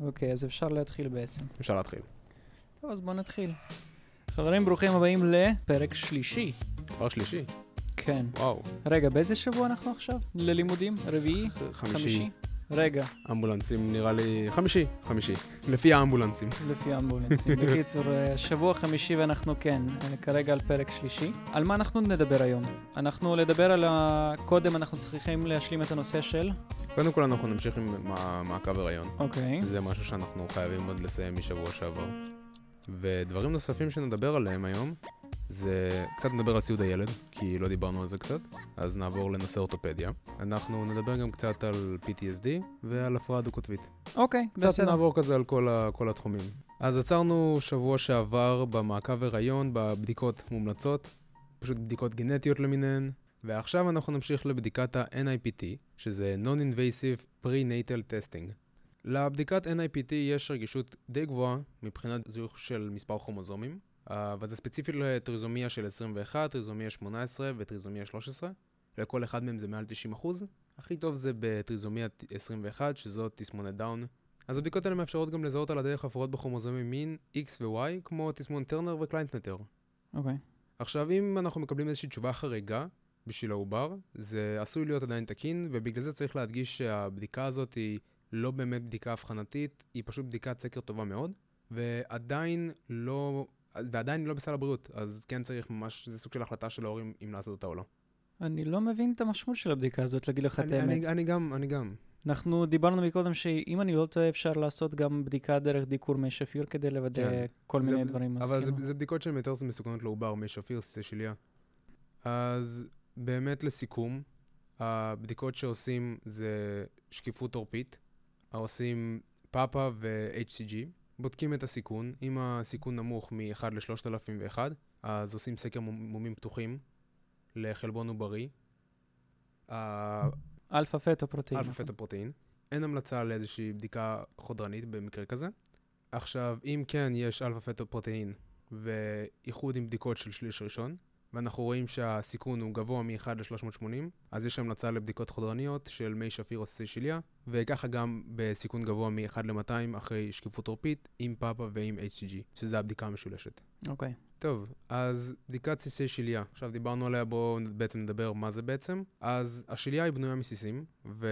אוקיי, אז אפשר להתחיל בעצם. אפשר להתחיל. טוב, אז בואו נתחיל. חברים, ברוכים הבאים לפרק שלישי. פרק שלישי? כן. וואו. רגע, באיזה שבוע אנחנו עכשיו? ללימודים? רביעי? חמישי. רגע. אמבולנסים נראה לי חמישי. לפי האמבולנסים. לפי האמבולנסים. בקיצור, שבוע חמישי ואנחנו כן, כרגע על פרק שלישי. על מה אנחנו נדבר היום? אנחנו נדבר על קודם אנחנו צריכים להשלים את הנושא של... קודם כל אנחנו נמשיך עם מעקב הריון. אוקיי. זה משהו שאנחנו חייבים עוד לסיים משבוע שעבר. ודברים נוספים שנדבר עליהם היום, זה קצת נדבר על סיעוד הילד, כי לא דיברנו על זה קצת, אז נעבור לנושא אורתופדיה. אנחנו נדבר גם קצת על PTSD ועל הפרעה דו-קוטבית. אוקיי, בסדר. קצת נעבור כזה על כל התחומים. אז עצרנו שבוע שעבר במעקב הריון, בבדיקות מומלצות, פשוט בדיקות גנטיות למיניהן, ועכשיו אנחנו נמשיך לבדיקת ה-NIPT, שזה Non-Invasive Prenatal Testing. לבדיקת NIPT יש רגישות די גבוהה מבחינת זיהוי של מספר כרומוזומים, אבל זה ספציפית לטריזומיה של 21, טריזומיה 18 וטריזומיה 13. לכל אחד מהם זה מעל 90%. הכי טוב זה בטריזומיה 21, שזאת תסמונת דאון. אז הבדיקות האלה מאפשרות גם לזהות על הדרך הפרעות בכרומוזומים מין X ו-Y, כמו תסמונת טרנר וקליינטנטר. אוקיי. עכשיו, אם אנחנו מקבלים איזושהי תשובה חריגה בשביל העובר, זה עשוי להיות עדיין תקין, ובגלל זה צריך להדגיש שהבדיקה הזאת היא לא באמת בדיקה הבחנתית, היא פשוט בדיקת סקר טובה מאוד, ועדיין לא בסל הבריאות, אז כן צריך ממש, זה סוג של החלטה של ההורים אם לעשות אותה או לא. אני לא מבין את המשמעות של הבדיקה הזאת, להגיד לך את האמת. אני גם. אנחנו דיברנו מקודם שאם אני לא טועה אפשר לעשות גם בדיקה דרך דיקור מי שפיר כדי לוודא כל מיני דברים. אבל זה בדיקות שהן יותר מסוכנות לעובר, מי שפיר, סיסי שליה. אז באמת לסיכום, הבדיקות שעושים זה שקיפות עורפית, עושים פאפה ו-HCG, בודקים את הסיכון. אם הסיכון נמוך מ-1 ל-3001, אז עושים סקר מומים פתוחים לחלבון עוברי. אלפא פטופרוטאין. אלפא פטופרוטאין. אין המלצה לאיזושהי בדיקה חודרנית במקרה כזה. עכשיו, אם כן יש אלפא פטופרוטאין ואיחוד עם בדיקות של שליש ראשון, ואנחנו רואים שהסיכון הוא גבוה מ-1 ל-380, אז יש המלצה לבדיקות חודרניות של מי שפיר או סיסי שליה, וככה גם בסיכון גבוה מ-1 ל-200 אחרי שקיפות עורפית עם פאפה ועם HCG, שזה הבדיקה המשולשת. אוקיי. טוב, אז בדיקת סיסי שליה. עכשיו דיברנו עליה, בואו בעצם נדבר מה זה בעצם. אז השליה היא בנויה מסיסים,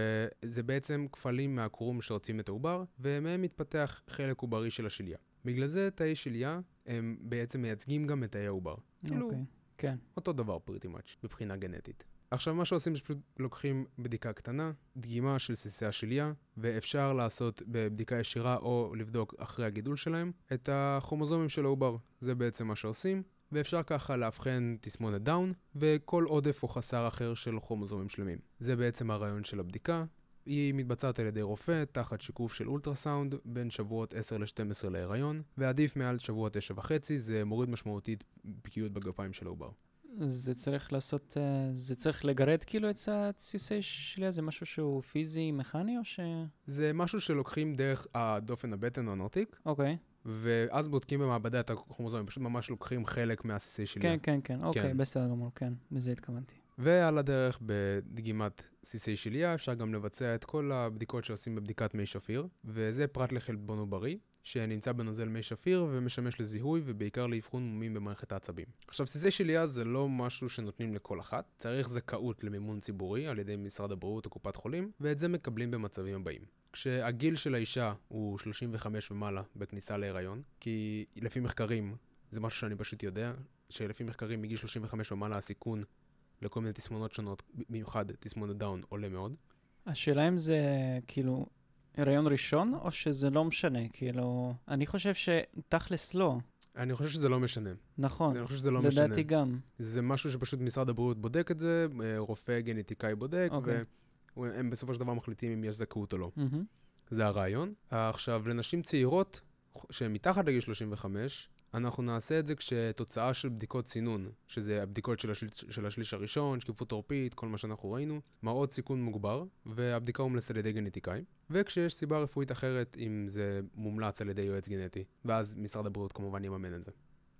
וזה בעצם כפלים מהקרום שרוצים את העובר, ומהם מתפתח חלק עוברי של השליה. בגלל זה תאי שליה הם בעצם מייצגים גם את תאי העובר. אוקיי. כן. אותו דבר pretty much, מבחינה גנטית. עכשיו מה שעושים זה פשוט לוקחים בדיקה קטנה, דגימה של סיסי השליה, ואפשר לעשות בבדיקה ישירה או לבדוק אחרי הגידול שלהם את הכרומוזומים של העובר. זה בעצם מה שעושים, ואפשר ככה להבחן תסמונת דאון וכל עודף או חסר אחר של כרומוזומים שלמים. זה בעצם הרעיון של הבדיקה. היא מתבצעת על ידי רופא תחת שיקוף של אולטרסאונד בין שבועות 10 ל-12 להיריון, ועדיף מעל שבועות 9.5, זה מוריד משמעותית בקיאות בגפיים של העובר. זה צריך לעשות, זה צריך לגרד כאילו את הסיסי שליה? זה משהו שהוא פיזי, מכני או ש... זה משהו שלוקחים דרך הדופן הבטן או הנרתיק. אוקיי. ואז בודקים במעבדה את הכרומוזומים, פשוט ממש לוקחים חלק מהסיסי שליה. כן, אוקיי, בסדר גמור, כן, בזה התכוונתי. ועל הדרך בדגימת סיסי שליה אפשר גם לבצע את כל הבדיקות שעושים בבדיקת מי שפיר, וזה פרט לחלבון עוברי, שנמצא בנוזל מי שפיר ומשמש לזיהוי ובעיקר לאבחון מומים במערכת העצבים. עכשיו, סיסי שליה זה לא משהו שנותנים לכל אחת, צריך זכאות למימון ציבורי על ידי משרד הבריאות או קופת חולים, ואת זה מקבלים במצבים הבאים. כשהגיל של האישה הוא 35 ומעלה בכניסה להיריון, כי לפי מחקרים, זה משהו שאני פשוט יודע, שלפי מחקרים מגיל 35 ומעלה הסיכון לכל מיני תסמונות שונות, במיוחד תסמונת דאון, עולה מאוד. השאלה אם זה כאילו הריון ראשון, או שזה לא משנה, כאילו, אני חושב שתכלס לא. אני חושב שזה לא משנה. נכון, אני חושב שזה לא משנה. לדעתי גם. זה משהו שפשוט משרד הבריאות בודק את זה, רופא גנטיקאי בודק, אוקיי. והם בסופו של דבר מחליטים אם יש זכאות או לא. זה הרעיון. עכשיו, לנשים צעירות, שהן מתחת לגיל 35, אנחנו נעשה את זה כשתוצאה של בדיקות צינון, שזה הבדיקות של השליש הראשון, שקיפות עורפית, כל מה שאנחנו ראינו, מראות סיכון מוגבר, והבדיקה מומלצת על ידי גנטיקאי. וכשיש סיבה רפואית אחרת, אם זה מומלץ על ידי יועץ גנטי, ואז משרד הבריאות כמובן יממן את זה.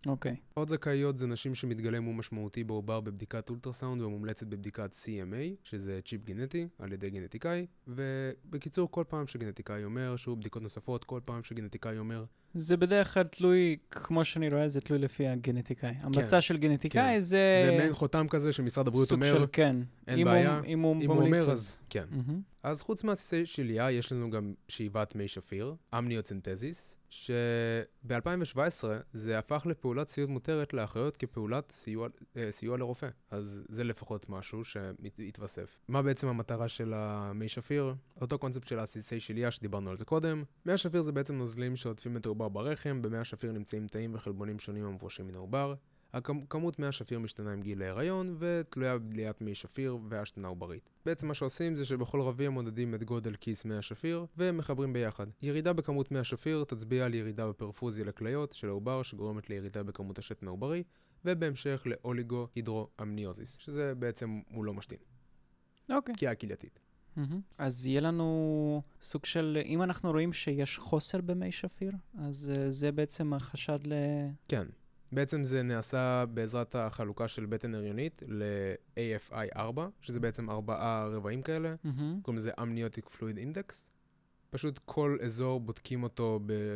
אוקיי. עוד זכאיות זה נשים שמתגלם הוא משמעותי בעובר בבדיקת אולטרסאונד ומומלצת בבדיקת CMA, שזה צ'יפ גנטי על ידי גנטיקאי, ובקיצור כל פעם שגנטיקאי אומר, שוב בדיקות נוספות, כל פעם שגנטיקאי אומר. זה בדרך כלל תלוי, כמו שאני רואה, זה תלוי לפי הגנטיקאי. המלצה של גנטיקאי זה... זה מעין חותם כזה שמשרד הבריאות אומר, סוג של כן. אין בעיה, אם הוא אומר ממליץ אז כן. אז חוץ מהסיסי שליה, יש לנו גם שאיבת מי שפיר, אמניוצנטזיס, שב-2017 זה הפך לפעולת סיעוד מותרת לאחיות כפעולת סיוע לרופא. אז זה לפחות משהו שהתווסף. מה בעצם המטרה של המי שפיר? אותו קונספט של הסיסי שליה שדיברנו על זה קודם. מי השפיר זה בעצם נוזלים שעוטפים את העובר ברחם, במי השפיר נמצאים תאים וחלבונים שונים המפורשים מן העובר. כמות מי השפיר משתנה עם גיל ההיריון ותלויה בבליית מי שפיר והשתנה עוברית. בעצם מה שעושים זה שבכל רביע מודדים את גודל כיס מי השפיר ומחברים ביחד. ירידה בכמות מי השפיר תצביע על ירידה בפרפוזיה לכליות של העובר שגורמת לירידה בכמות השתן העוברי ובהמשך לאוליגו-הידרואמניוזיס, שזה בעצם הוא לא משתין. אוקיי. כי הכלייתית. אז יהיה לנו סוג של, אם אנחנו רואים שיש חוסר במי שפיר, אז זה בעצם החשד כן. בעצם זה נעשה בעזרת החלוקה של בטן הריונית ל-AFI4, שזה בעצם 4 רבעים כאלה. קוראים לזה Amniotic Fluid Index. פשוט כל אזור בודקים אותו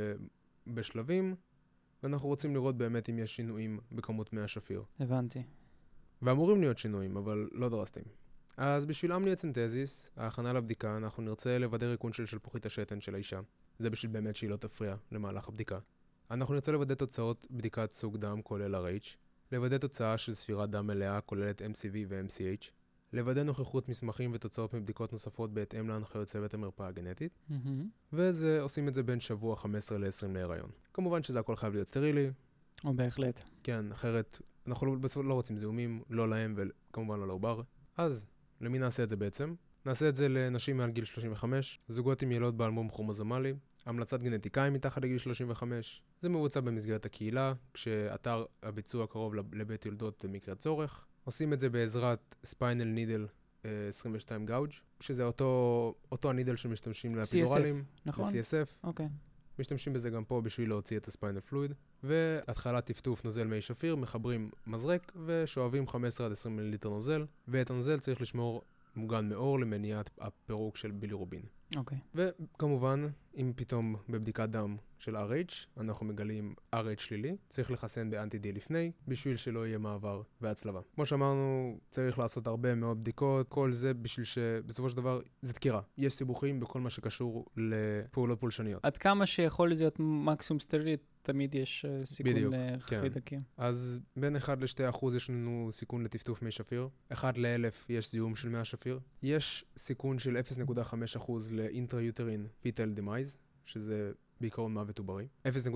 בשלבים, ואנחנו רוצים לראות באמת אם יש שינויים בכמות מי השפיר. הבנתי. ואמורים להיות שינויים, אבל לא דרסטיים. אז בשביל אמניוצנטזיס, ההכנה לבדיקה, אנחנו נרצה לוודא ריקון של שלפוחית השתן של האישה. זה בשביל באמת שהיא לא תפריע למהלך הבדיקה. אנחנו נרצה לוודא תוצאות בדיקת סוג דם כולל RH, לוודא תוצאה של ספירת דם מלאה כוללת MCV ו-MCH, לוודא נוכחות מסמכים ותוצאות מבדיקות נוספות בהתאם להנחיות צוות המרפאה הגנטית, וזה עושים את זה בין שבוע 15 ל-20 להיריון. כמובן שזה הכל חייב להיות סטרילי. או בהחלט. כן, אחרת אנחנו בסוף לא רוצים זיהומים, לא להם וכמובן לא לעובר. אז למי נעשה את זה בעצם? נעשה את זה לנשים מעל גיל 35, זוגות עם ילוד בעל מום כרומוזומלי, המלצת גנטיקאים מתחת לגיל 35. זה מבוצע במסגרת הקהילה, כשאתר הביצוע קרוב לבית יולדות במקרה צורך. עושים את זה בעזרת ספיינל נידל 22 גאוג', שזה אותו הנידל שמשתמשים לאפידורלים. CSF, נכון? CSF. אוקיי. משתמשים בזה גם פה בשביל להוציא את הספיינל פלואיד. והתחלת טפטוף נוזל מי שפיר, מחברים מזרק ושואבים 15 עד 20 מיליליטר נוזל, ואת הנוזל צריך לשמור מוגן מאור למניעת הפירוק של בילירובין. אוקיי. וכמובן, אם פתאום בבדיקת דם של RH, אנחנו מגלים RH שלילי, צריך לחסן באנטי-D לפני, בשביל שלא יהיה מעבר והצלבה. כמו שאמרנו, צריך לעשות הרבה מאוד בדיקות, כל זה בשביל שבסופו של דבר זה דקירה. יש סיבוכים בכל מה שקשור לפעולות פולשניות. עד כמה שיכול להיות מקסימום סטרילית, תמיד יש סיכון לחידקים. אז בין 1 ל-2% יש לנו סיכון לטפטוף מי שפיר. 1 ל-1000 יש זיהום של מי השפיר. יש סיכון של 0.5% לאינטרה-יוטרין פיטל דמייז, שזה בעיקרון מוות עוברי.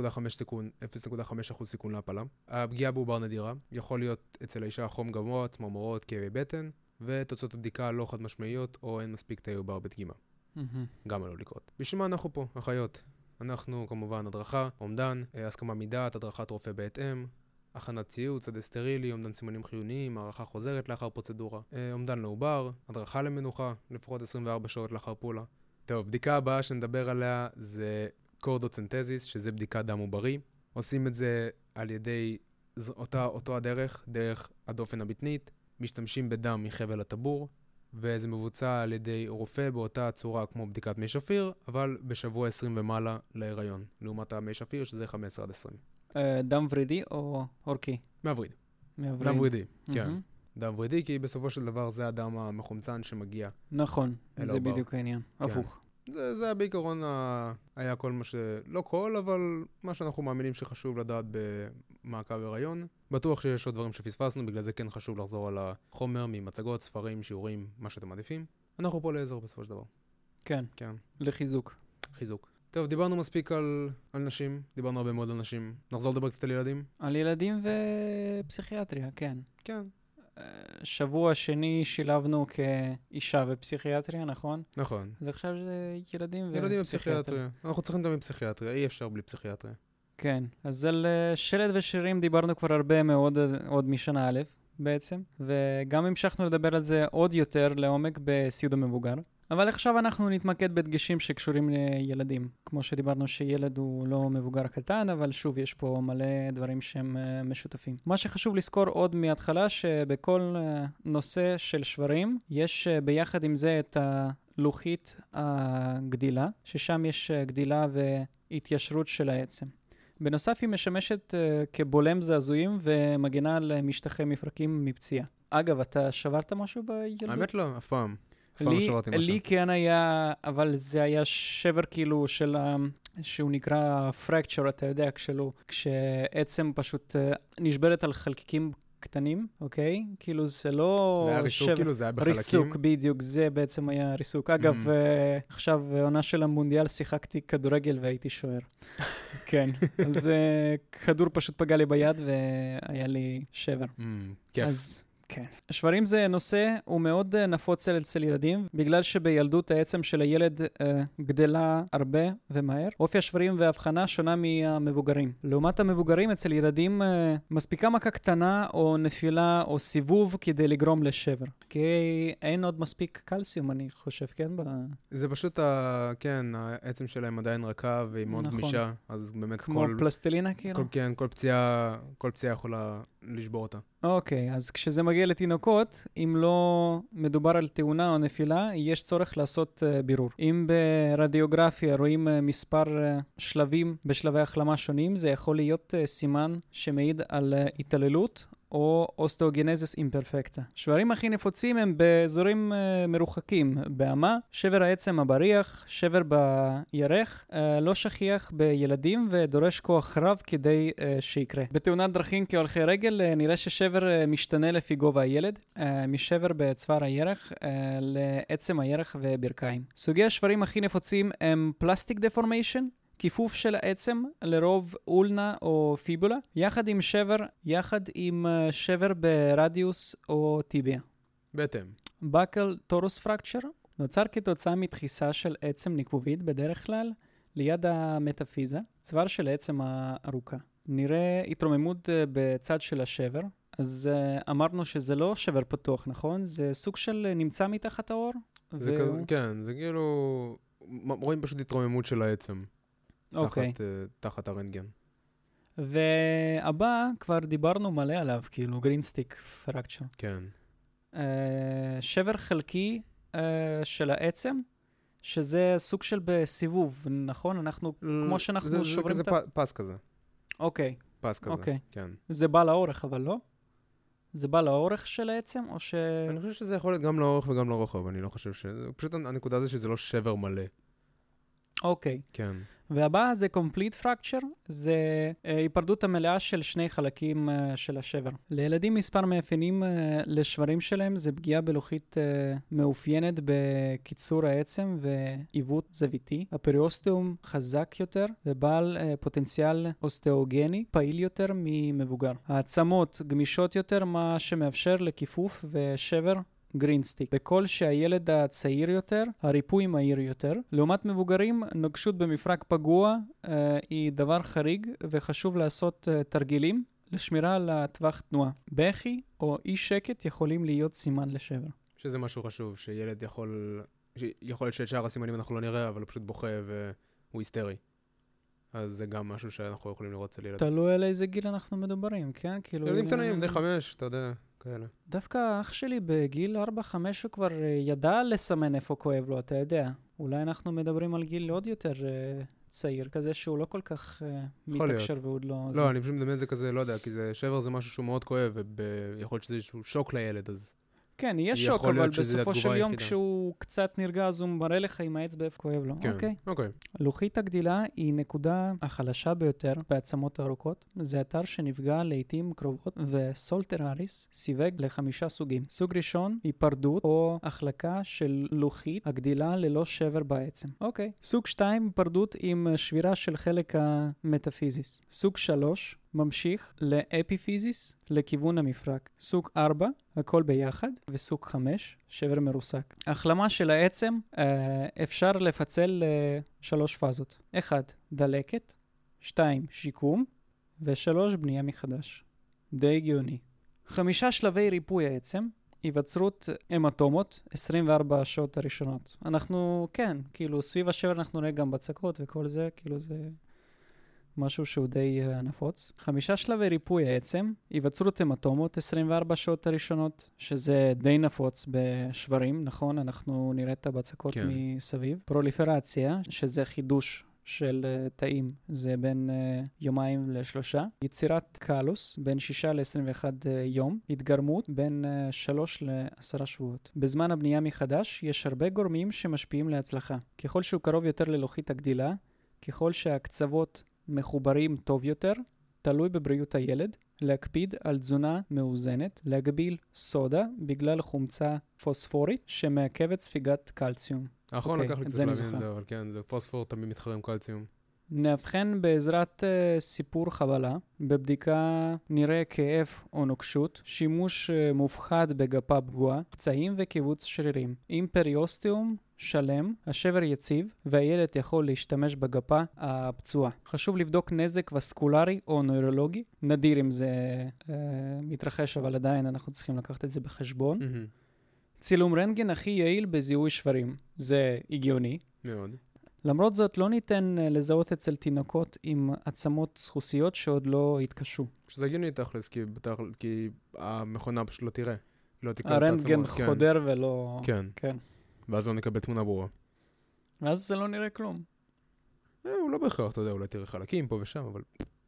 0.5% סיכון להפלה. הפגיעה בעובר נדירה. יכול להיות אצל האישה חום גבוה, צמרמורות, כאבי בטן, ותוצאות הבדיקה לא חד משמעיות או אין מספיק תאי עובר בדגימה. גם עלול לקרות. בשביל מה אנחנו פה, אחיות? אנחנו כמובן הדרכה, אומדן, הסכמה מדעת, הדרכת רופא בהתאם, הכנת ציוד, שדה סטרילי, אומדן סימנים חיוניים, הערכה חוזרת לאחר פרוצדורה, אומדן לעובר, הדרכה למנוחה, לפחות 24 שעות לאחר פעולה. טוב, בדיקה הבאה שנדבר עליה זה קורדוצנטזיס, שזה בדיקת דם עוברי. עושים את זה על ידי אותו הדרך, דרך הדופן הבטנית, משתמשים בדם מחבל הטבור, וזה מבוצע על ידי רופא באותה צורה כמו בדיקת מי שפיר, אבל בשבוע 20 ומעלה להיריון, לעומת המי שפיר שזה 15 עד 20. דם ורידי או אורקי? מהווריד. דם ורידי, כן. דם ורידי, כי בסופו של דבר זה הדם המחומצן שמגיע. נכון, זה בדיוק העניין. הפוך. זה היה בעיקרון, היה כל מה לא כל, אבל מה שאנחנו מאמינים שחשוב לדעת במעקב הריון. בטוח שיש עוד דברים שפספסנו, בגלל זה כן חשוב לחזור על החומר ממצגות, ספרים, שיעורים, מה שאתם מעדיפים. אנחנו פה לעזר בסופו של דבר. כן. לחיזוק. חיזוק. טוב, דיברנו מספיק על נשים, דיברנו הרבה מאוד על נשים. נחזור לדבר קצת על ילדים? על ילדים ופסיכיאטריה, כן. כן. שבוע שני שילבנו כאישה ופסיכיאטריה, נכון? נכון. אז עכשיו זה ילדים ופסיכיאטריה. ילדים ופסיכיאטריה. אנחנו צריכים גם עם פסיכיאטריה, אי אפשר בלי פסיכיאטריה. כן, אז על שלד ושירים דיברנו כבר הרבה מאוד עוד משנה א' בעצם, וגם המשכנו לדבר על זה עוד יותר לעומק בסיעוד המבוגר. אבל עכשיו אנחנו נתמקד בדגשים שקשורים לילדים. כמו שדיברנו שילד הוא לא מבוגר קטן, אבל שוב יש פה מלא דברים שהם משותפים. מה שחשוב לזכור עוד מההתחלה, שבכל נושא של שברים, יש ביחד עם זה את הלוחית הגדילה, ששם יש גדילה והתיישרות של העצם. בנוסף היא משמשת כבולם זעזועים ומגנה על משטחי מפרקים מפציעה. אגב, אתה שברת משהו בילדות? האמת לא, אף פעם. אף פעם לא שברתי משהו. לי כן היה, אבל זה היה שבר כאילו של שהוא נקרא fracture, אתה יודע, כשעצם פשוט נשברת על חלקיקים קטנים, אוקיי? כאילו זה לא... זה היה ריסוק, כאילו זה היה בחלקים? ריסוק, בדיוק, זה בעצם היה ריסוק. אגב, עכשיו, עונה של המונדיאל, שיחקתי כדורגל והייתי שוער. כן, אז כדור פשוט פגע לי ביד והיה לי שבר. כיף. אז... כן. שברים זה נושא, הוא מאוד נפוץ אצל ילדים, בגלל שבילדות העצם של הילד גדלה הרבה ומהר. אופי השברים וההבחנה שונה מהמבוגרים. לעומת המבוגרים, אצל ילדים מספיקה מכה קטנה או נפילה או סיבוב כדי לגרום לשבר. כי אין עוד מספיק קלסיום, אני חושב, כן? זה פשוט, כן, העצם שלהם עדיין רכה והיא מאוד גמישה, אז באמת כמו פלסטלינה כאילו? כן, כל פציעה יכולה לשבור אותה. אוקיי, אז כשזה מגיע לתינוקות, אם לא מדובר על תאונה או נפילה, יש צורך לעשות בירור. אם ברדיוגרפיה רואים מספר שלבים בשלבי החלמה שונים, זה יכול להיות סימן שמעיד על התעללות או אוסטאוגנזיס אימפרפקטה. שברים הכי נפוצים הם באזורים מרוחקים, באמה, שבר העצם הבריח, שבר בירך, לא שכיח בילדים ודורש כוח רב כדי שיקרה. בתאונת דרכים כהולכי רגל נראה ששבר משתנה לפי גובה הילד, משבר בצוואר הירך לעצם הירך וברכיים. סוגי השברים הכי נפוצים הם פלסטיק דפורמיישן, כיפוף של העצם, לרוב אולנה או פיבולה, יחד עם שבר ברדיוס או טיביה. בהתאם. בקל טורוס פרקצ'ר נוצר כתוצאה מתחיסה של עצם נקבובית בדרך כלל ליד המטאפיזה, צוואר של העצם הארוכה. נראה התרוממות בצד של השבר, אז אמרנו שזה לא שבר פתוח, נכון? זה סוג של נמצא מתחת האור? כן, זה כאילו, רואים פשוט התרוממות של העצם. תחת הרנטגן. והבא, כבר דיברנו מלא עליו, כאילו גרינסטיק פרקצ'ר. כן. שבר חלקי של העצם, שזה סוג של בסיבוב, נכון? אנחנו, כמו שאנחנו שוברים... זה פס כזה. אוקיי. פס כזה, כן. זה בא לאורך, אבל לא? זה בא לאורך של העצם, או ש... אני חושב שזה יכול להיות גם לאורך וגם לרוחב, אני לא חושב ש... פשוט הנקודה זה שזה לא שבר מלא. אוקיי. כן. והבא זה complete fracture, זה היפרדות המלאה של שני חלקים של השבר. לילדים מספר מאפיינים לשברים שלהם זה פגיעה בלוחית מאופיינת בקיצור העצם ועיוות זוויתי. הפריאוסטיום חזק יותר ובעל פוטנציאל אוסטאוגני פעיל יותר ממבוגר. העצמות גמישות יותר, מה שמאפשר לכיפוף ושבר גרינסטיק. בכל שהילד הצעיר יותר, הריפוי מהיר יותר. לעומת מבוגרים, נוגשות במפרק פגוע היא דבר חריג וחשוב לעשות תרגילים לשמירה על הטווח תנועה. בכי או אי שקט יכולים להיות סימן לשבר. שזה משהו חשוב, שילד יכול להיות שאת שאר הסימנים אנחנו לא נראה, אבל הוא פשוט בוכה והוא היסטרי. אז זה גם משהו שאנחנו יכולים לראות אצל ילד. תלוי על איזה גיל אנחנו מדברים, כן? ילדים קטנים, די 5, אתה יודע. כאלה. דווקא אח שלי בגיל 4-5 הוא כבר ידע לסמן איפה כואב לו, אתה יודע. אולי אנחנו מדברים על גיל עוד יותר צעיר, כזה שהוא לא כל כך מתקשר ועוד לא... לא, אני פשוט מדמיין את זה כזה, לא יודע, כי שבר זה משהו שהוא מאוד כואב, ויכול להיות שזה איזשהו שוק לילד, אז... כן, יהיה שוק, אבל בסופו של יום כשהוא קצת נרגז, הוא מראה לך עם האצבע איפה כואב לו. אוקיי. לוחית הגדילה היא נקודה החלשה ביותר בעצמות הארוכות. זה אתר שנפגע לעתים קרובות, וסולטראריס סיווג ל5 סוגים. סוג ראשון, היפרדות או החלקה של לוחית הגדילה ללא שבר בעצם. סוג 2, היפרדות עם שבירה של חלק המטאפיזיס. סוג 3, ממשיך לאפיפיזיס לכיוון המפרק. סוג 4, הכל ביחד, וסוג 5, שבר מרוסק. החלמה של העצם אפשר לפצל ל3 פאזות. 1, דלקת, 2, שיקום, ו3, בנייה מחדש. די הגיוני. 5 שלבי ריפוי העצם. היווצרות המטומות 24 השעות הראשונות. אנחנו, כן, כאילו סביב השבר אנחנו נראה גם בצקות וכל זה, כאילו זה משהו שהוא די נפוץ. 5 שלבי ריפוי העצם, היווצרות המטומות 24 השעות הראשונות, שזה די נפוץ בשברים, נכון? אנחנו נראה את הבצקות כן. מסביב. פרוליפרציה, שזה חידוש של תאים, זה בין יומיים ל3. יצירת קלוס, בין 6 ל-21 יום. התגרמות, בין 3 ל10 שבועות. בזמן הבנייה מחדש, יש הרבה גורמים שמשפיעים להצלחה. ככל שהוא קרוב יותר ללוחית הגדילה, ככל שהקצוות מחוברים טוב יותר, תלוי בבריאות הילד, להקפיד על תזונה מאוזנת, להגביל סודה בגלל חומצה פוספורית שמעכבת ספיגת קלציום. האחרון אוקיי, לקח לי את קצת זה אני להבין את זוכר. זה, אבל כן, זה פוספור תמיד מתחרה עם קלציום. נאבחן בעזרת סיפור חבלה, בבדיקה נראה כאב או נוקשות, שימוש מופחד בגפה פגועה, פצעים וקיבוץ שרירים. עם פריוסטיום שלם, השבר יציב והילד יכול להשתמש בגפה הפצועה. חשוב לבדוק נזק וסקולרי או נוירולוגי, נדיר אם זה מתרחש, אבל עדיין אנחנו צריכים לקחת את זה בחשבון. צילום רנטגן הכי יעיל בזיהוי שברים, זה הגיוני. מאוד. למרות זאת, לא ניתן לזהות אצל תינוקות עם עצמות סחוסיות שעוד לא התקשו. שזה הגיוני תכלס, כי המכונה פשוט לא תראה. לא תקרא את הרנטגן העצמות. חודר ולא... כן. כן. ואז לא נקבל תמונה ברורה. ואז זה לא נראה כלום. הוא לא בהכרח, אתה יודע, אולי תראה חלקים פה ושם, אבל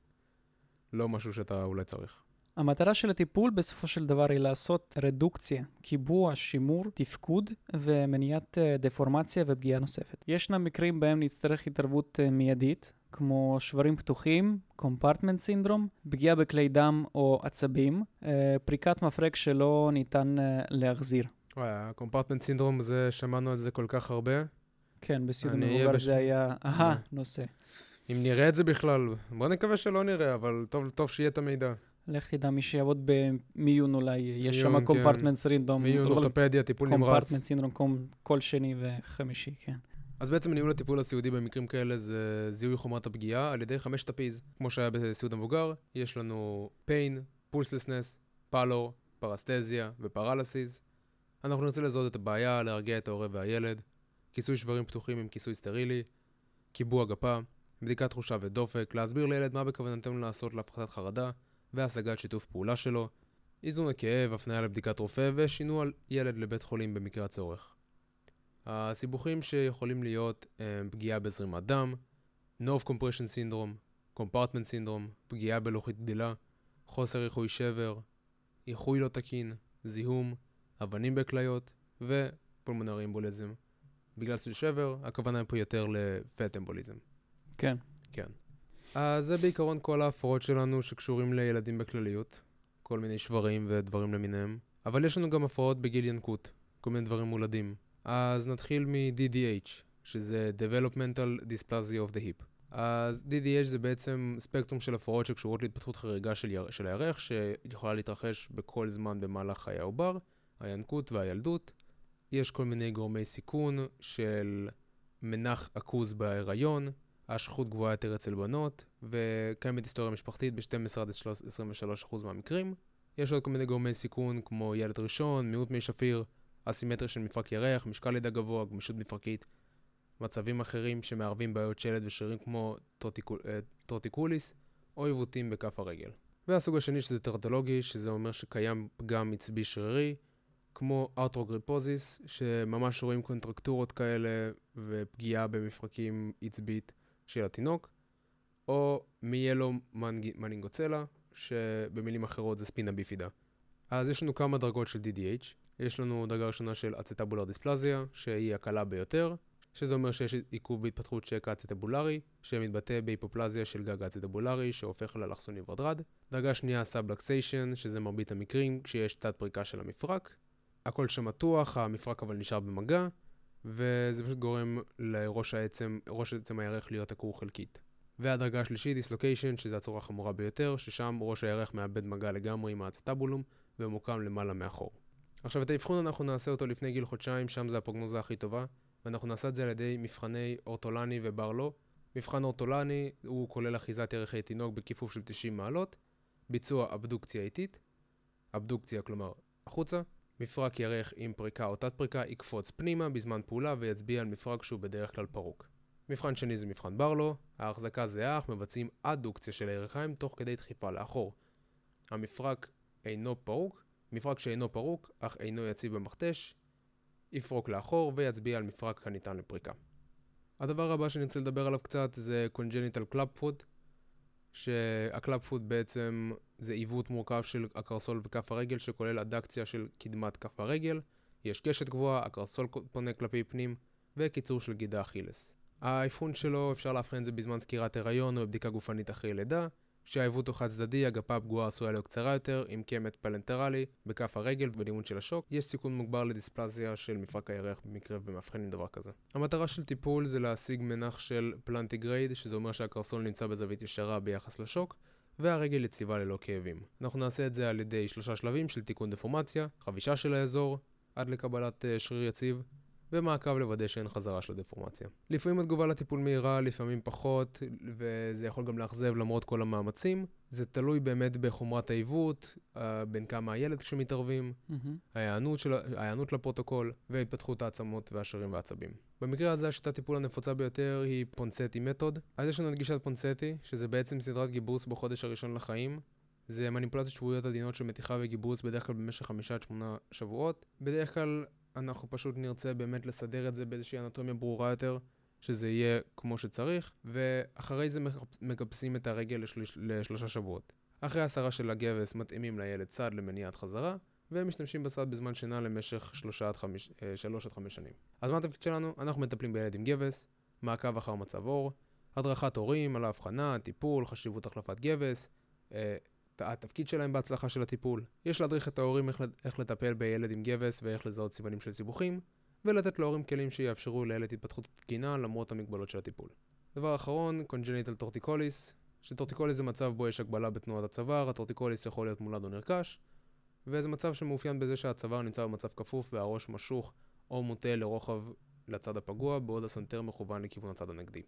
לא משהו שאתה אולי צריך. המטרה של הטיפול בסופו של דבר היא לעשות רדוקציה, קיבוע, שימור, תפקוד ומניעת דפורמציה ופגיעה נוספת. ישנם מקרים בהם נצטרך התערבות מיידית, כמו שברים פתוחים, קומפרטמנט סינדרום, פגיעה בכלי דם או עצבים, פריקת מפרק שלא ניתן להחזיר. הקומפרטמנט סינדרום זה, שמענו על זה כל כך הרבה. כן, בסיוד המבוגר זה היה נושא. אם נראה את זה בכלל, בוא נקווה שלא נראה, אבל טוב שיהיה את המידע. לך תדע, מי שיעבוד במיון אולי, יש מיון, שם קומפרטמנט סינדרום. מיון, אורתופדיה, טיפול נמרץ. קומפרטמנט סינדרום כל שני וחמישי, כן. אז בעצם ניהול הטיפול הסיעודי במקרים כאלה זה זיהוי חומרת הפגיעה על ידי 5 P's. כמו שהיה בסיעוד המבוגר, יש לנו pain, pulselessness, pallor, parasthesia ופרלסיס. אנחנו נרצה לזהות את הבעיה, להרגיע את ההורה והילד, כיסוי שברים פתוחים עם כיסוי סטרילי, קיבוע גפה, בדיקת תחושה ודופק, להסביר לילד מה בכוונתנו לעשות להפחתת חרדה והשגת שיתוף פעולה שלו, איזון הכאב, הפניה לבדיקת רופא ושינוע ילד לבית חולים במקרה הצורך. הסיבוכים שיכולים להיות פגיעה בזרימת דם, Nerve Compression Syndrome, Compartment Syndrome, פגיעה בלוחית גדילה, חוסר איחוי שבר, איחוי לא תקין, זיהום, אבנים בכליות ופולמונרי אמבוליזם. בגלל שבר, הכוונה פה יותר לפט אמבוליזם. כן. כן. אז זה בעיקרון כל ההפרעות שלנו שקשורים לילדים בכלליות, כל מיני שברים ודברים למיניהם, אבל יש לנו גם הפרעות בגיל ינקות, כל מיני דברים מולדים. אז נתחיל מ-DDH, שזה Developmental Dysplasia of the Hip. אז DDH זה בעצם ספקטרום של הפרעות שקשורות להתפתחות חריגה של הירך, שיכולה להתרחש בכל זמן במהלך חיי העובר, הינקות והילדות. יש כל מיני גורמי סיכון של מנח עכוז בהיריון, השכיחות גבוהה יותר אצל בנות, וקיימת היסטוריה משפחתית ב-12-23% מהמקרים. יש עוד כל מיני גורמי סיכון כמו ילד ראשון, מיעוט מי שפיר, אסימטריה של מפרק ירך, משקל לידה גבוה, גמישות מפרקית, מצבים אחרים שמערבים בעיות שלד ושרירים כמו טורטיקוליס, או עיוותים בכף הרגל. והסוג השני שזה טרטולוגי, שזה אומר שקיים פגם עצבי שרירי, כמו ארתרוגריפוזיס, שממש רואים קונטרקטורות כאלה ופגיעה במפרקים עצבית של התינוק, או מיילו מנינגוצלה, שבמילים אחרות זה ספינה ביפידה. אז יש לנו כמה דרגות של DDH. יש לנו דרגה ראשונה של אצטבולר דיספלזיה, שהיא הקלה ביותר, שזה אומר שיש עיכוב בהתפתחות שקע אצטבולרי, שמתבטא בהיפופלזיה של גג אצטבולרי, שהופך לאלכסוני ורדרד. דרגה שנייה סאבלקסיישן, שזה מרבית המקרים, כשיש תת פריקה של המפרק. הכל שמתוח, המפרק אבל נשאר במגע, וזה פשוט גורם לראש העצם הירך להיות עקור חלקית. והדרגה השלישית, דיסלוקיישן, שזה הצורה החמורה ביותר, ששם ראש הירך מאבד מגע לגמרי עם האצטבולום, ומוקם למעלה מאחור. עכשיו, את האבחון אנחנו נעשה אותו לפני גיל חודשיים, שם זה הפרוגנוזה הכי טובה, ואנחנו נעשה את זה על ידי מבחני אורטולני וברלו. מבחן אורטולני הוא כולל אחיזת ירכי תינוק בכיפוף של 90 מעלות, ביצוע אבדוקציה איטית, אבדוקציה כלומר החוצה, מפרק ירך עם פריקה או תת פריקה יקפוץ פנימה בזמן פעולה ויצביע על מפרק שהוא בדרך כלל פרוק. מבחן שני זה מבחן ברלו, ההחזקה זהה אך מבצעים אדוקציה של הירכיים תוך כדי דחיפה לאחור. המפרק אינו פרוק, מפרק שאינו פרוק אך אינו יציב במכתש, יפרוק לאחור ויצביע על מפרק הניתן לפריקה. הדבר הבא שנרצה לדבר עליו קצת זה congenital clubfoot, שהקלאבפוט בעצם זה עיוות מורכב של הקרסול וכף הרגל שכולל אדקציה של קדמת כף הרגל, יש קשת גבוהה, הקרסול פונה כלפי פנים וקיצור של גידה אכילס. האבחון שלו אפשר להבחין את זה בזמן סקירת הריון או בבדיקה גופנית אחרי לידה, שהעיוות הוא חד צדדי, הגפה הפגועה עשויה להיות קצרה יותר עם קמת פלנטרלי בכף הרגל ולימוד של השוק. יש סיכון מוגבר לדיספלזיה של מפרק הירך במקרה ומאבחנים דבר כזה. המטרה של טיפול זה להשיג מנח של פלנטיגרייד, שזה אומר שהקרסול נמצא בזווית ישרה ביחס לשוק והרגל יציבה ללא כאבים. אנחנו נעשה את זה על ידי 3 שלבים של תיקון דפורמציה, חבישה של האזור עד לקבלת שריר יציב ומעקב לוודא שאין חזרה של הדפורמציה. לפעמים התגובה לטיפול מהירה, לפעמים פחות, וזה יכול גם לאכזב למרות כל המאמצים. זה תלוי באמת בחומרת העיוות, בין כמה הילד כשמתערבים, ההיענות לפרוטוקול, והתפתחות העצמות והשרירים והעצבים. במקרה הזה השיטת הטיפול הנפוצה ביותר היא פונסטי מתוד. אז יש לנו את גישת פונסטי, שזה בעצם סדרת גיבוס בחודש הראשון לחיים. זה מניפולציות שבועיות עדינות של מתיחה וגיבוס בדרך כלל במשך 5 עד 8 שבועות. בדרך כלל אנחנו פשוט נרצה באמת לסדר את זה באיזושהי אנטומיה ברורה יותר, שזה יהיה כמו שצריך, ואחרי זה מגבסים את הרגל ל3 שבועות. אחרי 10 של הגבס מתאימים לילד צד למניעת חזרה, והם משתמשים בסד בזמן שינה למשך 3 עד 5 שנים. אז מה התפקיד שלנו? אנחנו מטפלים בילד עם גבס, מעקב אחר מצב עור, הדרכת הורים על ההבחנה, טיפול, חשיבות החלפת גבס, התפקיד שלהם בהצלחה של הטיפול. יש להדריך את ההורים איך לטפל בילד עם גבס ואיך לזהות סימנים של סיבוכים, ולתת להורים כלים שיאפשרו לילד התפתחות תקינה למרות המגבלות של הטיפול. דבר אחרון, congenital torticollis, שטורטיקוליס זה מצב בו יש הגבלה בתנועת הצוואר, הטורטיקוליס יכול להיות מולד או נרכש, וזה מצב שמאופיין בזה שהצוואר נמצא במצב כפוף והראש משוך או מוטה לרוחב לצד הפגוע, בעוד הסנטר מכוון לכיוון הצד הנגדי.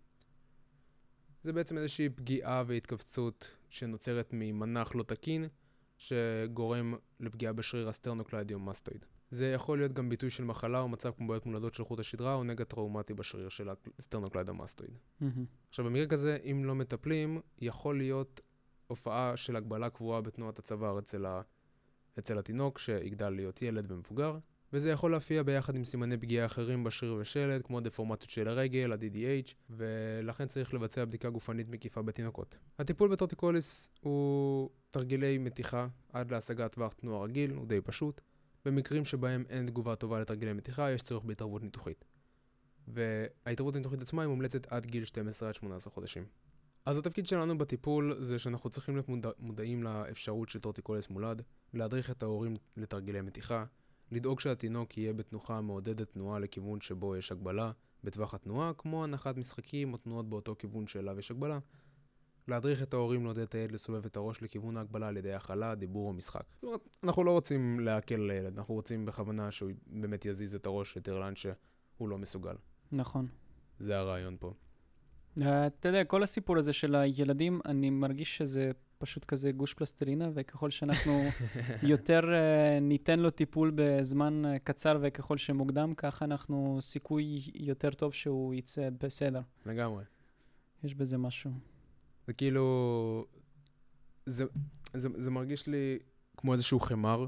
זה בעצם איזושהי פגיעה והתכווצות שנוצרת ממנח לא תקין, שגורם לפגיעה בשריר הסטרנוקליידיומסטואיד. זה יכול להיות גם ביטוי של מחלה או מצב כמו בעיות מולדות של חוט השדרה או נגע טראומטי בשריר של הסטרנוקליידיומסטואיד. עכשיו במקרה כזה, אם לא מטפלים, יכול להיות הופעה של הגבלה קבועה בתנועת הצוואר אצל התינוק שיגדל להיות ילד ומבוגר, וזה יכול להופיע ביחד עם סימני פגיעה אחרים בשריר ושלד, כמו דפורמציות של הרגל, ה-DDH, ולכן צריך לבצע בדיקה גופנית מקיפה בתינוקות. הטיפול בטורטיקוליס הוא תרגילי מתיחה עד להשגת טווח תנועה רגיל, הוא די פשוט. במקרים שבהם אין תגובה טובה לתרגילי מתיחה, יש צורך בהתערבות ניתוחית. וההתערבות הניתוחית עצמה היא מומלצת עד גיל 12 עד 18 חודשים. אז התפקיד שלנו בטיפול זה שאנחנו צריכים להיות מודעים לאפשרות של טורטיקוליס מולד, להדריך את ההורים לתרגילי מתיחה, לדאוג שהתינוק יהיה בתנוחה מעודדת תנועה לכיוון שבו יש הגבלה בטווח התנועה, כמו הנחת משחקים או תנועות באותו כיוון שאליו יש הגבלה. להדריך את ההורים לעודד את הילד לסובב את הראש לכיוון ההגבלה על ידי הכלה, דיבור או משחק. זאת אומרת, אנחנו לא רוצים להקל לילד, אנחנו רוצים בכוונה שהוא באמת יזיז את הראש יותר לאן שהוא לא מסוגל. נכון. זה הרעיון פה. אתה יודע, כל הסיפור הזה של הילדים, אני מרגיש שזה פשוט כזה גוש פלסטלינה, וככל שאנחנו יותר ניתן לו טיפול בזמן קצר וככל שמוקדם, ככה אנחנו סיכוי יותר טוב שהוא יצא בסדר. לגמרי. יש בזה משהו. זה כאילו, זה מרגיש לי כמו איזשהו חמר,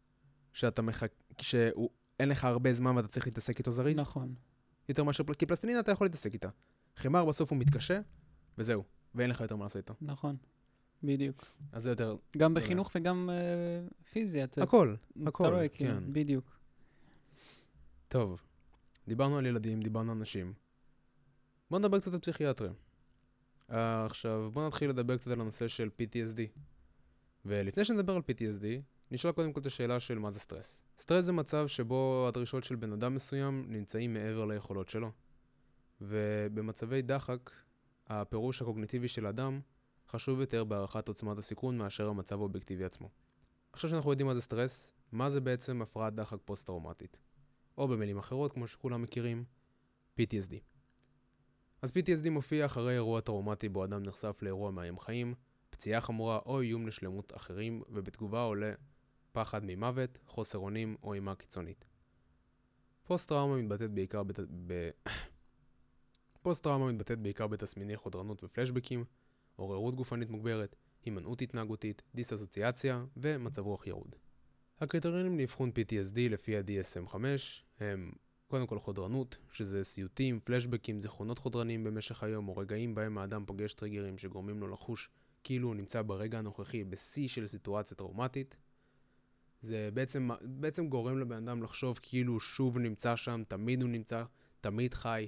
שאין לך הרבה זמן ואתה צריך להתעסק איתו זריז. נכון. יותר מאשר, כי פלסטלינה אתה יכול להתעסק איתה. חמר בסוף הוא מתקשה, וזהו. ואין לך יותר מה לעשות איתו. נכון. בדיוק. אז זה יותר... גם בחינוך וגם פיזי. הכל. אתה רואה, כן. בדיוק. טוב. דיברנו על ילדים, דיברנו על אנשים. בוא נדבר קצת על פסיכיאטריה. עכשיו, בוא נתחיל לדבר קצת על הנושא של PTSD. ולפני שנדבר על PTSD, נשאל קודם כל את השאלה של מה זה סטרס. סטרס זה מצב שבו הדרישות של בן אדם מסוים נמצאים מעבר ליכולות שלו. ובמצבי דחק, הפירוש הקוגניטיבי של אדם חשוב יותר בהערכת עוצמת הסיכון מאשר המצב האובייקטיבי עצמו. עכשיו שאנחנו יודעים מה זה סטרס, מה זה בעצם הפרעת דחק פוסט-טראומטית? או במילים אחרות, כמו שכולם מכירים, PTSD. אז PTSD מופיע אחרי אירוע טראומטי בו אדם נחשף לאירוע מאיים חיים, פציעה חמורה או איום לשלמות אחרים, ובתגובה עולה פחד ממוות, חוסר אונים או אימה קיצונית. פוסט-טראומה מתבטאת בעיקר בתסמיני חודרנות ופלשבקים, עוררות גופנית מוגברת, הימנעות התנהגותית, דיסאסוציאציה ומצב רוח ירוד. הקריטריונים לאבחון PTSD לפי ה-DSM-5 הם קודם כל חודרנות, שזה סיוטים, פלשבקים, זיכרונות חודרניים במשך היום או רגעים בהם האדם פוגש טריגרים שגורמים לו לחוש כאילו הוא נמצא ברגע הנוכחי בשיא של סיטואציה טראומטית. זה בעצם גורם לבן אדם לחשוב כאילו הוא שוב נמצא שם, תמיד הוא נמצא, תמיד חי,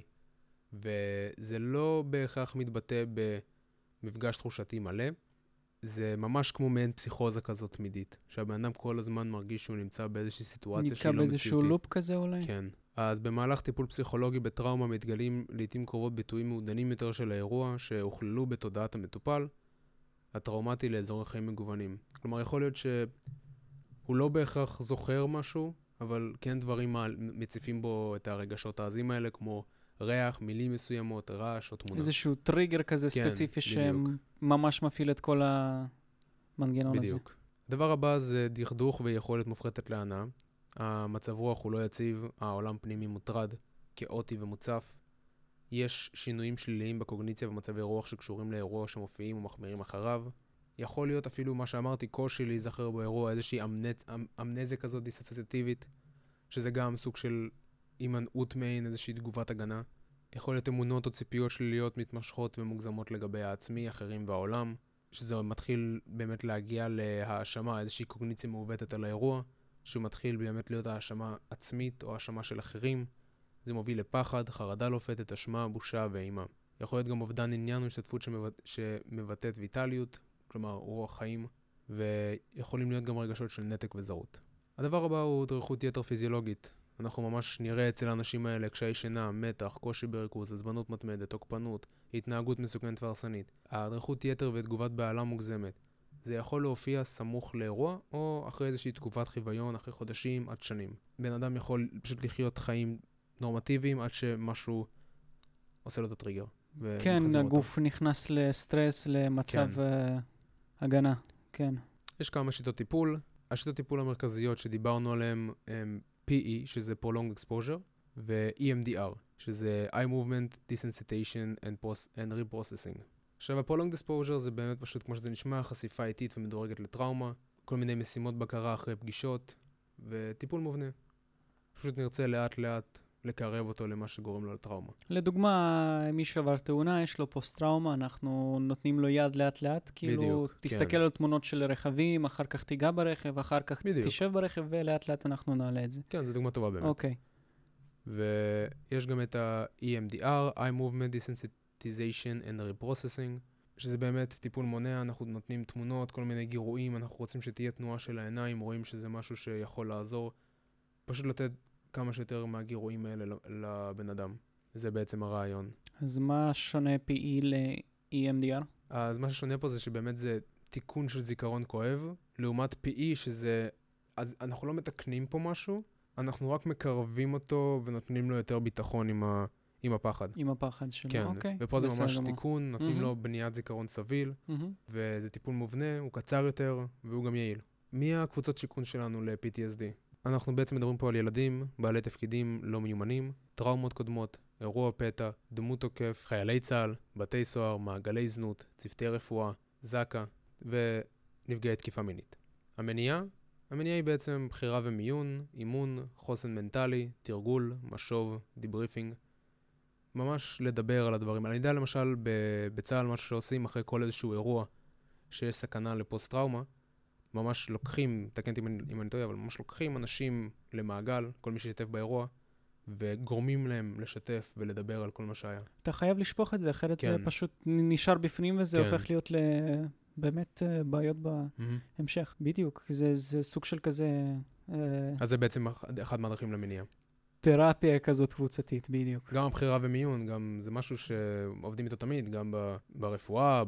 וזה לא בהכרח מתבטא במפגש תחושתי מלא. זה ממש כמו מעין פסיכוזה כזאת תמידית, שהבן אדם כל הזמן מרגיש שהוא נמצא באיזושהי סיטואציה שהיא לא מציאותית. נתקע באיזשהו לופ כזה אולי? כן. אז במהלך טיפול פסיכולוגי בטראומה מתגלים לעתים קרובות ביטויים מעודנים יותר של האירוע שהוכללו בתודעת המטופל הטראומטי לאזורי חיים מגוונים. כלומר, יכול להיות שהוא לא בהכרח זוכר משהו, אבל כן דברים מציפים בו את הרגשות העזים האלה, כמו ריח, מילים מסוימות, רעש או תמונה. איזשהו טריגר כזה ספציפי שממש מפעיל את כל המנגנון הזה. בדיוק. הדבר הבא זה דכדוך ויכולת מופחתת להנאה. המצב רוח הוא לא יציב, העולם פנימי מוטרד, כאוטי ומוצף. יש שינויים שליליים בקוגניציה ומצבי רוח שקשורים לאירוע שמופיעים ומחמירים אחריו. יכול להיות אפילו מה שאמרתי, קושי להיזכר באירוע, איזושהי אמנזיה כזאת דיסוציאטיבית, שזה גם סוג של הימנעות מעין, איזושהי תגובת הגנה. יכול להיות אמונות או ציפיות שליליות מתמשכות ומוגזמות לגבי העצמי, אחרים והעולם, שזה מתחיל באמת להגיע להאשמה, איזושהי קוגניציה מעוותת על האירוע, שהוא מתחיל באמת להיות האשמה עצמית או האשמה של אחרים. זה מוביל לפחד, חרדה לופתת, אשמה, בושה ואימה. יכול להיות גם אובדן עניין או השתתפות שמבטאת ויטליות, כלומר רוח חיים, ויכולים להיות גם רגשות של נתק וזרות. הדבר הבא הוא דריכות יתר פיזיולוגית. אנחנו ממש נראה אצל האנשים האלה קשיי שינה, מתח, קושי בריכוז, עצבנות מתמדת, תוקפנות, התנהגות מסוכנת והרסנית. הדריכות יתר ותגובת בהלה מוגזמת. זה יכול להופיע סמוך לאירוע, או אחרי איזושהי תגובת חיוויון, אחרי חודשים עד שנים. בן אדם יכול פשוט לחיות חיים נורמטיביים עד שמשהו עושה לו את הטריגר. כן, הגוף נכנס לסטרס, למצב הגנה, כן. יש כמה שיטות טיפול. השיטות טיפול המרכזיות שדיברנו עליהן הם PE, שזה Prolonged Exposure, ו-EMDR, שזה Eye Movement Desensitization and Reprocessing. עכשיו, ה-Prolonged Exposure זה באמת פשוט, כמו שזה נשמע, חשיפה איטית ומדורגת לטראומה, כל מיני משימות בקרה אחרי פגישות, וטיפול מובנה. פשוט נרצה לאט לאט לקרב אותו למה שגורם לו לטראומה. לדוגמה, מי שעבר תאונה, יש לו פוסט-טראומה, אנחנו נותנים לו יד לאט לאט, כאילו בדיוק, תסתכל כן. על תמונות של רכבים, אחר כך תיגע ברכב, אחר כך בדיוק. תשב ברכב, ולאט לאט אנחנו נעלה את זה. כן, זו דוגמה טובה באמת. אוקיי. ויש גם את ה-EMDR, Eye Movement Desensitization and Reprocessing, שזה באמת טיפול מונע, אנחנו נותנים תמונות, כל מיני גירויים, אנחנו רוצים שתהיה תנועה של העיניים, רואים שזה משהו שיכול לעזור, פשוט לתת כמה שיותר מהגירויים האלה לבן אדם. זה בעצם הרעיון. אז מה שונה PE ל-EMDR? אז מה ששונה פה זה שבאמת זה תיקון של זיכרון כואב, לעומת PE שזה, אז אנחנו לא מתקנים פה משהו, אנחנו רק מקרבים אותו ונותנים לו יותר ביטחון עם הפחד. עם הפחד שלו, כן, אוקיי. ופה זה ממש תיקון, נותנים לו בניית זיכרון סביל, Mm-hmm. וזה טיפול מובנה, הוא קצר יותר, והוא גם יעיל. מי הקבוצות שיקון שלנו ל-PTSD? אנחנו בעצם מדברים פה על ילדים, בעלי תפקידים לא מיומנים, טראומות קודמות, אירוע פתע, דמות תוקף, חיילי צה"ל, בתי סוהר, מעגלי זנות, צוותי רפואה, זקה ונפגעי תקיפה מינית. המניעה היא בעצם בחירה ומיון, אימון, חוסן מנטלי, תרגול, משוב, דיבריפינג. ממש לדבר על הדברים. אני יודע למשל בצה"ל משהו שעושים אחרי כל איזשהו אירוע שיש סכנה לפוסט-טראומה, ממש לוקחים, תקנתי אם אני טועה, אבל ממש לוקחים אנשים למעגל, כל מי ששתף באירוע, וגורמים להם לשתף ולדבר על כל מה שהיה. אתה חייב לשפוך את זה, אחרת כן. זה פשוט נשאר בפנים, וזה כן. הופך להיות באמת בעיות בהמשך. בדיוק, זה סוג של כזה אז זה בעצם אחד מהדרכים למניעה. תרפיה כזאת קבוצתית, בדיוק. גם הבחירה ומיון, גם זה משהו שעובדים איתו תמיד, גם ברפואה,